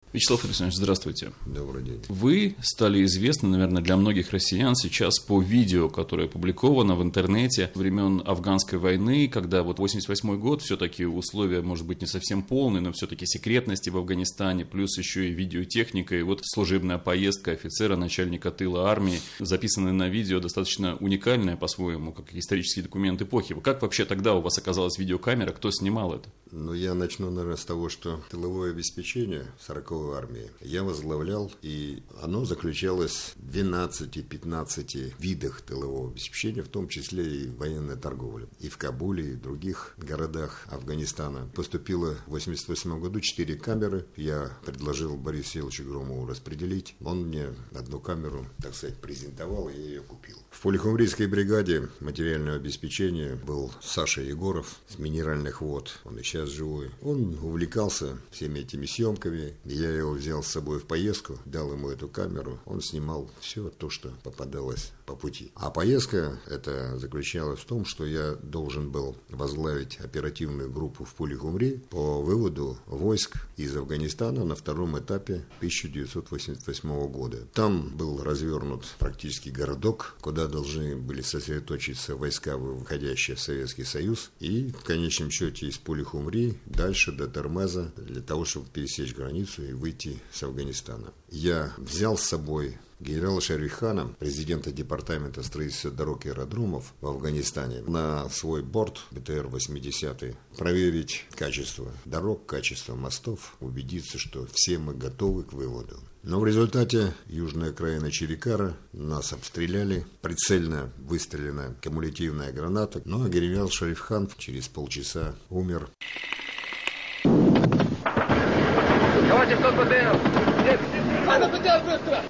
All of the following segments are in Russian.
Вячеслав Александрович, здравствуйте. Добрый день. Вы стали известны, наверное, для многих россиян сейчас по видео, которое опубликовано в интернете времен Афганской войны, когда вот 88 год, все-таки условия, может быть, не совсем полные, но все-таки секретности в Афганистане, плюс еще и видеотехника, и вот служебная поездка офицера, начальника тыла армии, записанная на видео, достаточно уникальная по-своему, как исторический документ эпохи. Как вообще тогда у вас оказалась видеокамера, кто снимал это? Я начну, наверное, с того, что тыловое обеспечение 40-й армии я возглавлял, и оно заключалось в 12-15 видах тылового обеспечения, в том числе и военная торговля. И в Кабуле, и в других городах Афганистана. Поступило в 1988 году 4 камеры. Я предложил Борису Селовичу Громову распределить. Он мне одну камеру, так сказать, презентовал, и я ее купил. В Пулихумрийской бригаде материального обеспечения был Саша Егоров с Минеральных вод. Он и сейчас живой. Он увлекался всеми этими съемками. Я его взял с собой в поездку, дал ему эту камеру. Он снимал все то, что попадалось по пути. А поездка эта заключалась в том, что я должен был возглавить оперативную группу в Пулихумри по выводу войск из Афганистана на втором этапе 1988 года. Там был развернут практически городок, куда должны были сосредоточиться войска, выходящие в Советский Союз, и в конечном счете из Пулихумри дальше до Термеза для того, чтобы пересечь границу и выйти с Афганистана. Я взял с собой генерала Шарифхана, президента департамента строительства дорог и аэродромов в Афганистане, на свой борт БТР-80 проверить качество дорог, качество мостов, убедиться, что все мы готовы к выводу. Но в результате южная окраина Чирикара нас обстреляли, прицельно выстрелена кумулятивная граната, а генерал Шарифхан через полчаса умер. Давайте в тот БТР! Нет! Надо БТР быстро!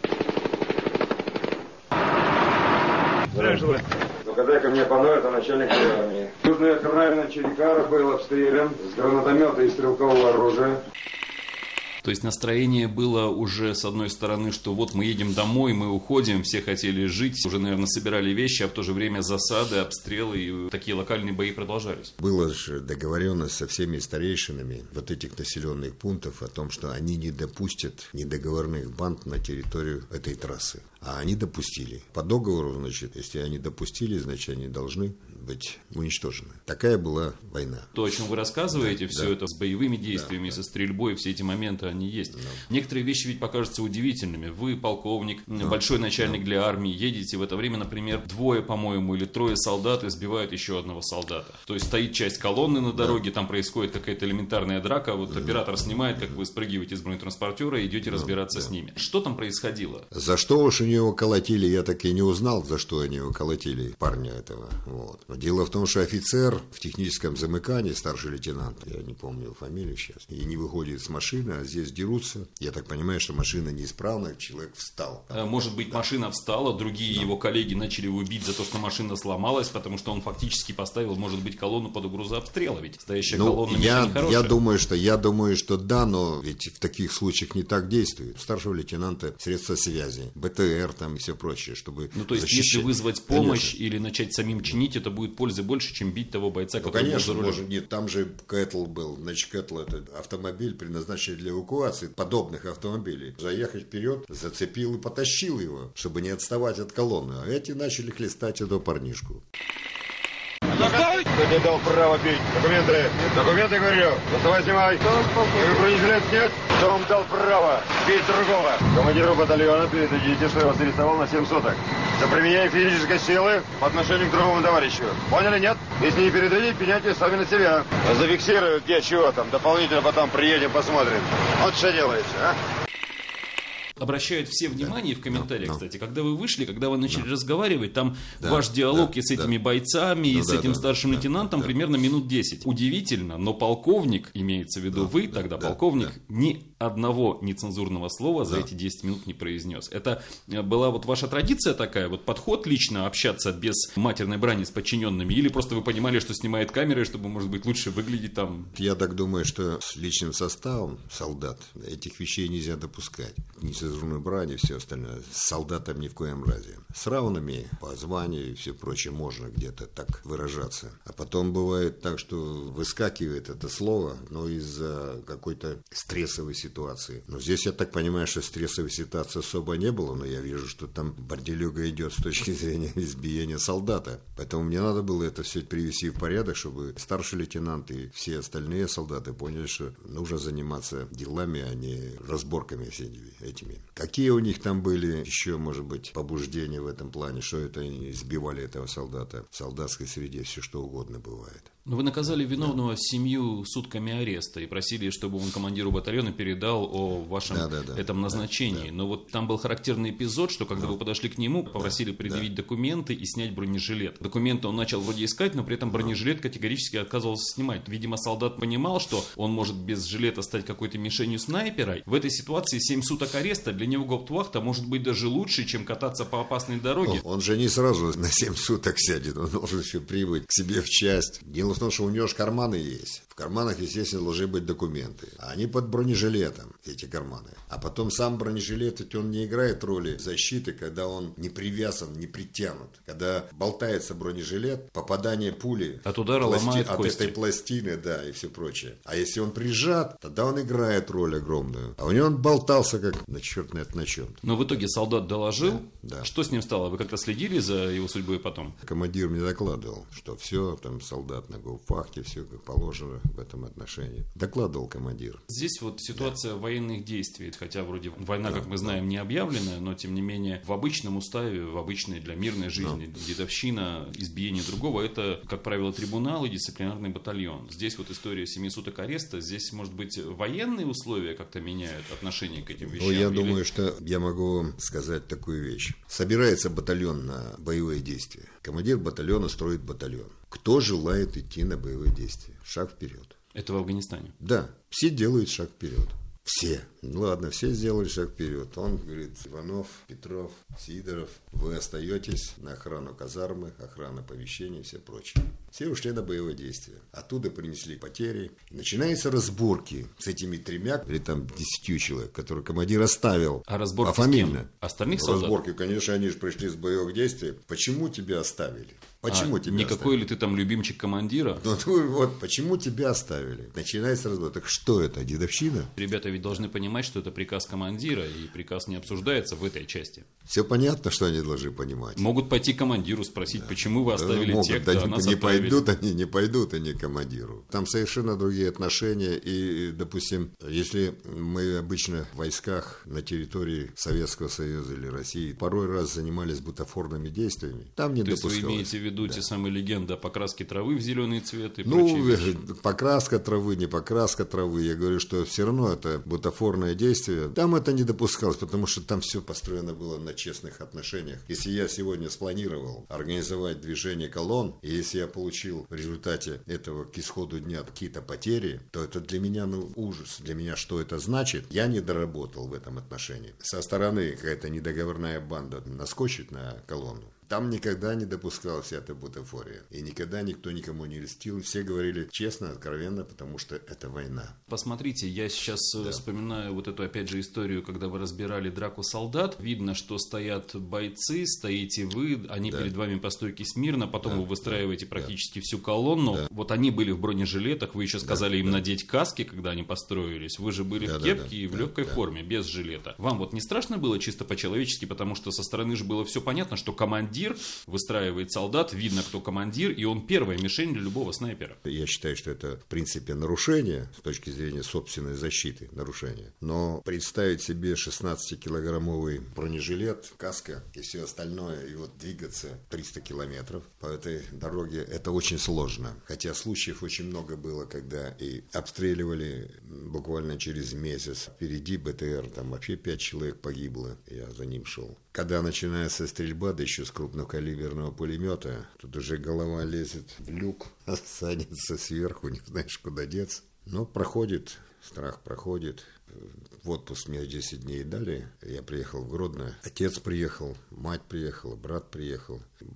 Когда ко мне пано, это начальник армии. Южная окраина Чирикара был обстрелян с гранатомета и стрелкового оружия. То есть настроение было уже с одной стороны, что вот мы едем домой, мы уходим, все хотели жить, уже, наверное, собирали вещи, а в то же время засады, обстрелы и такие локальные бои продолжались. Была же договоренность со всеми старейшинами вот этих населенных пунктов о том, что они не допустят недоговорных банд на территорию этой трассы. А они допустили. По договору, значит, если они допустили, значит, они должны быть уничтожены. Такая была война. То, о чем вы рассказываете, да, все да. Это с боевыми действиями, да, со стрельбой, все эти моменты, они есть. Да. Некоторые вещи ведь покажутся удивительными. Вы, полковник, да, большой начальник да. для армии, едете в это время, например, 2, по-моему, или 3 солдат избивают еще одного солдата. То есть стоит часть колонны на дороге, да. там происходит какая-то элементарная драка, вот да. оператор снимает, как вы спрыгиваете с бронетранспортера и идете да. разбираться да. с ними. Что там происходило? За что уж его колотили, я так и не узнал, за что они его колотили, парня этого. Вот. Но дело в том, что офицер в техническом замыкании, старший лейтенант, я не помню фамилию сейчас, и не выходит с машины, а здесь дерутся. Я так понимаю, что машина неисправна, человек встал. Может быть, да. машина встала, другие да. его коллеги начали его бить за то, что машина сломалась, потому что он фактически поставил, может быть, колонну под угрозу обстрела, ведь стоящая колонна мишень нехорошая. Я думаю, что да, но ведь в таких случаях не так действует. У старшего лейтенанта средства связи, БТР там и все прочее, чтобы то есть, защищать. если вызвать помощь или начать самим чинить, это будет пользы больше, чем бить того бойца, который конечно, был за рулем. Нет, там же Кэтл был. Значит, Кэтл — это автомобиль, предназначенный для эвакуации подобных автомобилей. Заехать вперед, зацепил и потащил его, чтобы не отставать от колонны. А эти начали хлестать этого парнишку. Кто тебе дал право бить? Документы! Документы, говорю! Доставай, снимай! Бронежилет нет? Кто вам дал право бить другого? Командиру батальона передадите, что я вас арестовал на 7 суток. За применение физической силы по отношению к другому товарищу. Поняли, нет? Если не передадите, пеняйте сами на себя. Зафиксирую, где чего там. Дополнительно потом приедем, посмотрим. Вот что делается, а? Обращают все внимание в комментариях, кстати, когда вы вышли, когда вы начали разговаривать, там ваш диалог и с этими бойцами, и с этим старшим лейтенантом примерно минут 10. Удивительно, но полковник, имеется в виду вы, тогда полковник, ни одного нецензурного слова за эти 10 минут не произнес. Это была вот ваша традиция такая, вот подход лично общаться без матерной брани с подчиненными, или просто вы понимали, что снимает камеры, чтобы, может быть, лучше выглядеть там? Я так думаю, что с личным составом солдат этих вещей нельзя допускать. Нецензурную брань и все остальное. С солдатом ни в коем разе. С равными по званию и все прочее можно где-то так выражаться. А потом бывает так, что выскакивает это слово, но из-за какой-то стрессовой ситуации ситуации. Но здесь, я так понимаю, что стрессовой ситуации особо не было, но я вижу, что там борделюга идет с точки зрения избиения солдата. Поэтому мне надо было это все привести в порядок, чтобы старший лейтенант и все остальные солдаты поняли, что нужно заниматься делами, а не разборками всеми этими. Какие у них там были еще, может быть, побуждения в этом плане, что это они избивали этого солдата. В солдатской среде все что угодно бывает. Но вы наказали виновного 7 сутками ареста и просили, чтобы он командиру батальона передал о вашем этом назначении. Но вот там был характерный эпизод, что когда вы подошли к нему, попросили предъявить документы и снять бронежилет. Документы он начал вроде искать, но при этом бронежилет категорически отказывался снимать. Видимо, солдат понимал, что он может без жилета стать какой-то мишенью снайпера. В этой ситуации 7 суток ареста для него гауптвахта может быть даже лучше, чем кататься по опасной дороге. Он же не сразу на 7 суток сядет, он должен еще прибыть к себе в часть. Дело в том, что у него же карманы есть. В карманах, естественно, должны быть документы. А они под бронежилетом, эти карманы. А потом сам бронежилет, ведь он не играет роли защиты, когда он не привязан, не притянут. Когда болтается бронежилет, попадание пули от удара ломает кости. От этой пластины, да, и все прочее. А если он прижат, тогда он играет роль огромную. А у него он болтался как на черт на чем-то. Но в итоге солдат доложил. Да. Что с ним стало? Вы как-то следили за его судьбой потом? Командир мне докладывал, что все, там солдат на гауптвахте, все как положено в этом отношении. Докладывал командир. Здесь вот ситуация военных действий, хотя вроде война, как мы знаем, не объявленная, но тем не менее в обычном уставе, в обычной для мирной жизни, дедовщина, избиение другого, это, как правило, трибунал и дисциплинарный батальон. Здесь вот история 7 суток ареста, здесь, может быть, военные условия как-то меняют отношение к этим вещам? Ну, я думаю, что я могу вам сказать такую вещь. Собирается батальон на боевые действия. Командир батальона строит батальон. Кто желает идти на боевые действия? Шаг вперед. Это в Афганистане? Да, все делают шаг вперед. Все. Ну, ладно, все сделали шаг вперед. Он говорит: Иванов, Петров, Сидоров, вы остаетесь на охрану казармы, охрану помещений и все прочее. Все ушли на боевые действия. Оттуда принесли потери. Начинаются разборки с этими 3 или там 10 человек, которые командир оставил. А разборки пофамильно. с кем? Остальных солдат? Разборки, конечно, они же пришли с боевых действий. Почему тебя оставили? Почему тебя никакой оставили? ли ты там любимчик командира? Ну, вот, почему тебя оставили? Начинается разбор. Так что это, дедовщина? Ребята ведь должны понимать, что это приказ командира, и приказ не обсуждается в этой части. Все понятно, что они должны понимать. Могут пойти к командиру спросить, почему вы оставили тех, кто нас не оставили. пойдут они к командиру. Там совершенно другие отношения. И, допустим, если мы обычно в войсках на территории Советского Союза или России порой раз занимались бутафорными действиями, там не допускалось. То есть вы имеете в виду те самые легенды о покраске травы в зеленый цвет и Ну, прочие вещи? покраска травы, не покраска травы. Я говорю, что все равно это бутафорное действие. Там это не допускалось, потому что там все построено было на честных отношениях. Если я сегодня спланировал организовать движение колонн, и если я получил в результате этого к исходу дня какие-то потери, то это для меня ужас. Для меня что это значит? Я не доработал в этом отношении. Со стороны какая-то недоговорная банда наскочит на колонну. Там никогда не допускалась эта бутафория. И никогда никто никому не льстил. Все говорили честно, откровенно, потому что это война. Посмотрите, я сейчас вспоминаю вот эту, опять же, историю, когда вы разбирали драку солдат. Видно, что стоят бойцы, стоите вы, они перед вами по стойке смирно, потом вы выстраиваете практически всю колонну. Вот они были в бронежилетах, вы еще сказали им надеть каски, когда они построились. Вы же были в кепке и в легкой форме, без жилета. Вам вот не страшно было чисто по-человечески, потому что со стороны же было все понятно, что командир выстраивает солдат, видно, кто командир, и он первая мишень для любого снайпера. Я считаю, что это, в принципе, нарушение с точки зрения собственной защиты, нарушение. Но представить себе 16-килограммовый бронежилет, каска и все остальное, и вот двигаться 300 километров по этой дороге, это очень сложно. Хотя случаев очень много было, когда и обстреливали буквально через месяц. Впереди БТР, там вообще 5 человек погибло, я за ним шел. Когда начинается стрельба, да еще с крупнокалиберного пулемета, тут уже голова лезет в люк, останется сверху, не знаешь, куда деться. Но проходит, страх проходит. В отпуск мне 10 дней дали, я приехал в Гродно. Отец приехал, мать приехала, брат приехал.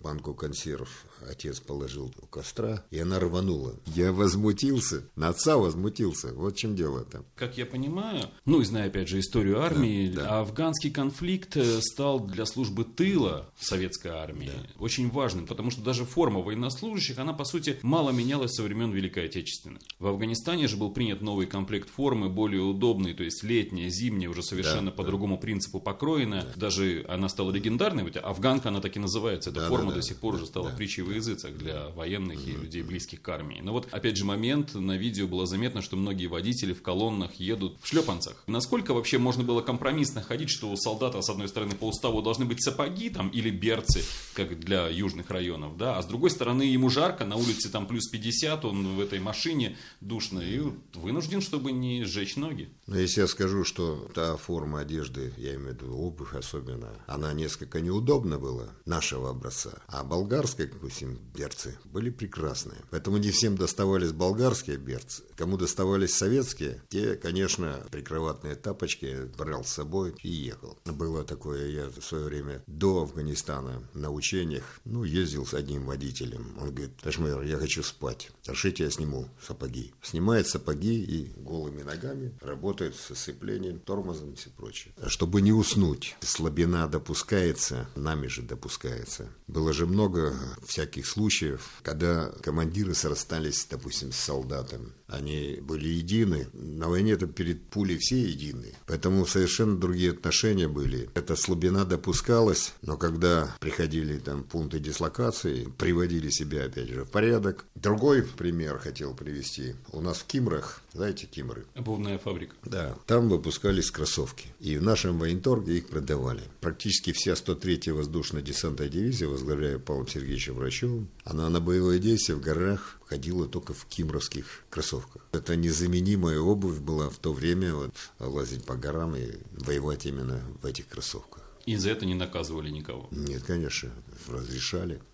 банку консерв отец положил у костра, и она рванула. Я возмутился, на отца возмутился. Вот в чем дело-то. Как я понимаю, ну и зная опять же историю армии, афганский конфликт стал для службы тыла советской армии очень важным, потому что даже форма военнослужащих, она по сути мало менялась со времен Великой Отечественной. В Афганистане же был принят новый комплект формы, более удобный, то есть летняя, зимняя, уже совершенно по другому принципу покроенная. Даже она стала легендарной, ведь афганка она так и называется. Эта форма до сих пор уже стала притчей во языцах для военных и людей, близких к армии. Но вот опять же момент, на видео было заметно, что многие водители в колоннах едут в шлепанцах. Насколько вообще можно было компромиссно ходить, что у солдата с одной стороны по уставу должны быть сапоги там, или берцы, как для южных районов, да, а с другой стороны ему жарко, на улице там плюс 50, он в этой машине душно и вынужден, чтобы не сжечь ноги. Но если я скажу, что та форма одежды, я имею в виду обувь особенно, она несколько неудобна была, нашего образца, а болгарская, допустим, берцы были прекрасные. Поэтому не всем доставались болгарские берцы. Кому доставались советские, те, конечно, прикроватные тапочки брал с собой и ехал. Было такое, я в свое время до Афганистана на учениях, ездил с одним водителем. Он говорит: товарищ майор, я хочу спать. Разрешите, я сниму сапоги. Снимает сапоги и голыми ногами работает с сцеплением, тормозом и все прочее. Чтобы не уснуть, слабина допускается, нами же допускается. Было же много всяких случаев, когда командиры срастались, допустим, с солдатом. Они были едины. На войне-то перед пулей все едины. Поэтому совершенно другие отношения были. Эта слабина допускалась, но когда приходили там пункты дислокации, приводили себя опять же в порядок. Другой пример хотел привести. У нас в Кимрах, знаете Кимры? Обувная фабрика. Да, там выпускались кроссовки. И в нашем военторге их продавали. Практически вся 103-я воздушно-десантная дивизия, возглавляя Павлом Сергеевичем Врачевым, она на боевые действия в горах ходила только в кимровских кроссовках. Это незаменимая обувь была в то время, лазить по горам и воевать именно в этих кроссовках. И за это не наказывали никого? Нет, конечно, разрешали.